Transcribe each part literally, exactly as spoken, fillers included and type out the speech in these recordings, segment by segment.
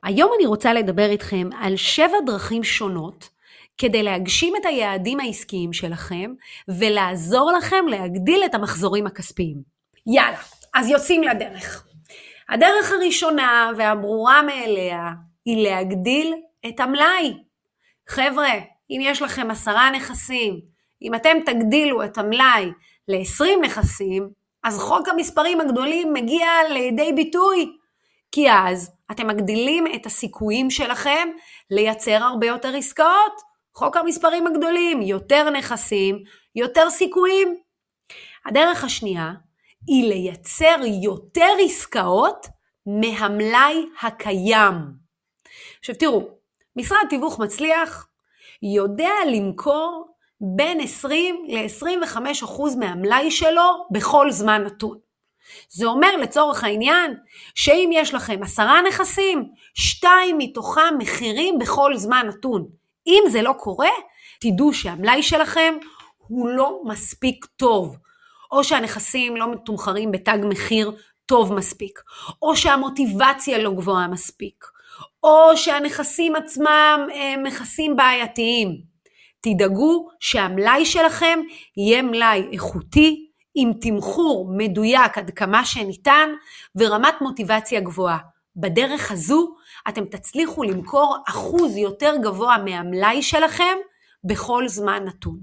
היום אני רוצה לדבר איתכם על שבע דרכים שונות כדי להגשים את היעדים העסקיים שלכם ולעזור לכם להגדיל את המחזורים הכספיים. יאללה, אז יוצאים לדרך. הדרך הראשונה והברורה מאליה היא להגדיל את המלאי. חבר'ה, אם יש לכם עשרה נכסים, אם אתם תגדילו את המלאי ל-עשרים נכסים, אז חוק המספרים הגדולים מגיע לידי ביטוי. כי אז אתם מגדילים את הסיכויים שלכם לייצר הרבה יותר עסקאות. חוק המספרים הגדולים, יותר נכסים, יותר סיכויים. הדרך השנייה היא לייצר יותר עסקאות מהמלאי הקיים. עכשיו תראו, משרד תיווך מצליח יודע למכור בין עשרים ל-עשרים וחמישה אחוז מהמלאי שלו בכל זמן נתון. זה אומר לצורך העניין שאם יש לכם עשרה נכסים, שתיים מתוכם מחירים בכל זמן נתון. אם זה לא קורה, תדעו שהמלאי שלכם הוא לא מספיק טוב, או שהנכסים לא מתומחרים בתג מחיר טוב מספיק, או שהמוטיבציה לא גבוהה מספיק, או שהנכסים עצמם הם נכסים בעייתיים. תדאגו שהמלאי שלכם יהיה מלאי איכותי, עם תמחור מדויק עד כמה שניתן ורמת מוטיבציה גבוהה. בדרך הזו אתם תצליחו למכור אחוז יותר גבוה מהמלאי שלכם בכל זמן נתון.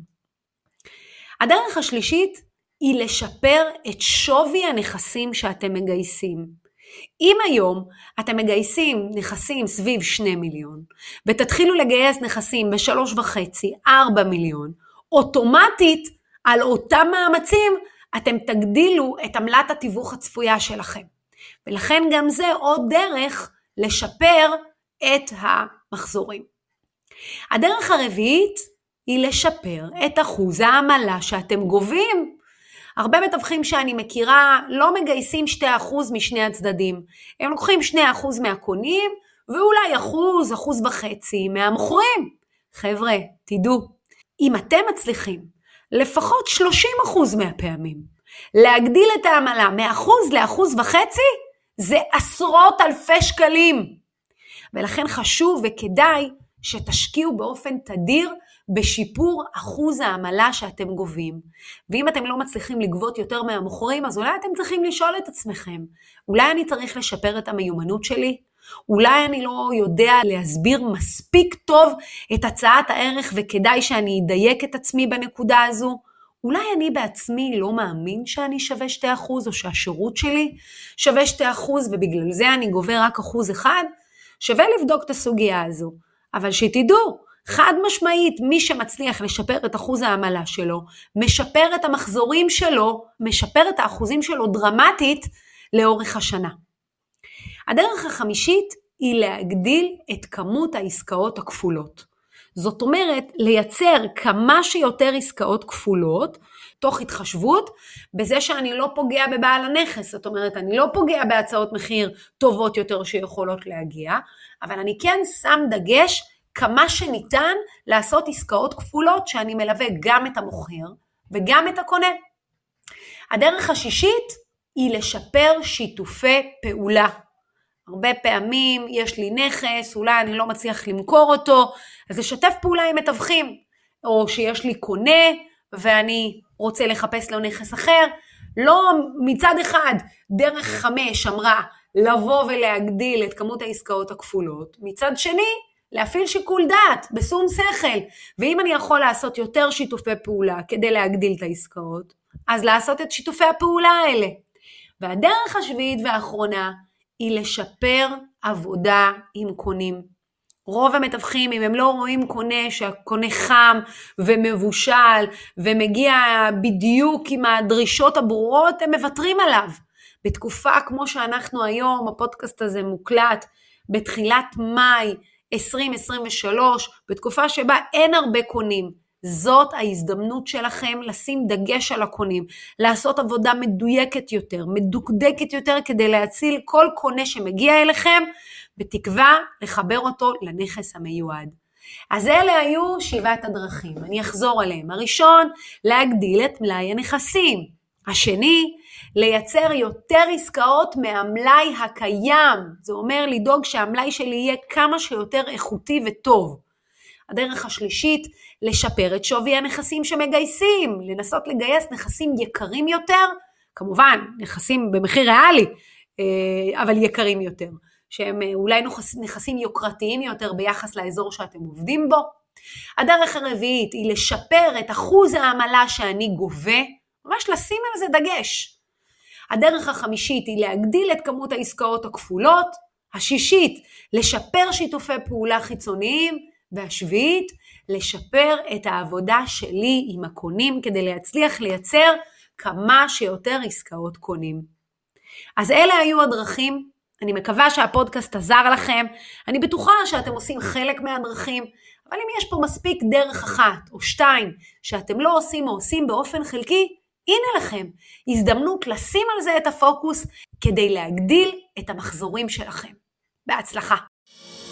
הדרך השלישית היא לשפר את שווי הנכסים שאתם מגייסים. אם היום אתם מגייסים נכסים סביב שני מיליון ותתחילו לגייס נכסים בשלוש וחצי, ארבע מיליון, אוטומטית על אותם מאמצים אתם תגדילו את עמלת התיווך הצפויה שלכם. ולכן גם זה עוד דרך לשפר את המחזורים. הדרך הרביעית היא לשפר את אחוז העמלה שאתם גובים. הרבה מתווכים שאני מכירה לא מגייסים שני אחוז משני הצדדים. הם לוקחים שני אחוז מהקונים ואולי אחוז, אחוז וחצי מהמוכרים. חבר'ה, תדעו, אם אתם מצליחים לפחות שלושים אחוז מהפעמים להגדיל את העמלה מאחוז לאחוז וחצי, זה עשרות אלפי שקלים. ולכן חשוב וכדאי שתשקיעו באופן תדיר בשיפור אחוז העמלה שאתם גובים. ואם אתם לא מצליחים לגבות יותר מהמוכרים, אז אולי אתם צריכים לשאול את עצמכם, אולי אני צריך לשפר את המיומנות שלי? אולי אני לא יודע להסביר מספיק טוב את הצעת הערך וכדאי שאני אדייק את עצמי בנקודה הזו? אולי אני בעצמי לא מאמין שאני שווה שני אחוז או שהשירות שלי שווה שני אחוז ובגלל זה אני גובר רק אחוז אחד? שווה לבדוק את הסוגיה הזו. אבל שתדעו, חד משמעית, מי שמצליח לשפר את אחוז העמלה שלו, משפר את המחזורים שלו, משפר את האחוזים שלו דרמטית לאורך השנה. הדרך החמישית היא להגדיל את כמות העסקאות הכפולות. זאת אומרת, לייצר כמה שיותר עסקאות כפולות, תוך התחשבות, בזה שאני לא פוגע בבעל הנכס. זאת אומרת, אני לא פוגע בהצעות מחיר טובות יותר שיכולות להגיע, אבל אני כן שם דגש כמה שניתן לעשות עסקאות כפולות, שאני מלווה גם את המוכר וגם את הקונה. הדרך השישית היא לשפר שיתופי פעולה. הרבה פעמים יש לי נכס, אולי אני לא מצליח למכור אותו, אז לשתף פעולה עם מתווכים, או שיש לי קונה ואני רוצה לחפש לו נכס אחר. לא מצד אחד דרך חמש אמרה לבוא ולהגדיל את כמות העסקאות הכפולות, מצד שני להפעיל שיקול דעת בשום שכל, ואם אני יכול לעשות יותר שיתופי פעולה כדי להגדיל את העסקאות, אז לעשות את שיתופי הפעולה האלה. והדרך השביעית והאחרונה היא לשפר עבודה עם קונים. רוב המתווכים, אם הם לא רואים קונה שהקונה חם ומבושל ומגיע בדיוק עם הדרישות הברורות, הם מוותרים עליו. בתקופה כמו שאנחנו היום, הפודקאסט הזה מוקלט בתחילת מאי עשרים עשרים ושלוש, בתקופה שבה אין הרבה קונים. זאת ההזדמנות שלכם לשים דגש על הקונים, לעשות עבודה מדויקת יותר, מדוקדקת יותר, כדי להציל כל קונה שמגיע אליכם, בתקווה לחבר אותו לנכס המיועד. אז אלה היו שבעת הדרכים, אני אחזור עליהם. הראשון, להגדיל את מלאי הנכסים. השני, לייצר יותר עסקאות מהמלאי הקיים. זה אומר לדאוג שהמלאי שלי יהיה כמה שיותר איכותי וטוב. הדרך השלישית, לשפר את שווי הנכסים שמגייסים, לנסות לגייס נכסים יקרים יותר, כמובן נכסים במחיר ריאלי, אבל יקרים יותר, שהם אולי נכסים יוקרתיים יותר ביחס לאזור שאתם עובדים בו. הדרך הרביעית היא לשפר את אחוז העמלה שאני גובה, ממש לשים על זה דגש. הדרך החמישית היא להגדיל את כמות העסקאות הכפולות, השישית לשפר שיתופי פעולה חיצוניים, והשביעית לשפר את העבודה שלי עם הקונים כדי להצליח לייצר כמה שיותר עסקאות קונים. אז אלה היו הדרכים, אני מקווה שהפודקאסט עזר לכם, אני בטוחה שאתם עושים חלק מהדרכים, אבל אם יש פה מספיק דרך אחת או שתיים שאתם לא עושים או עושים באופן חלקי, הנה לכם הזדמנות לשים על זה את הפוקוס כדי להגדיל את המחזורים שלכם. בהצלחה.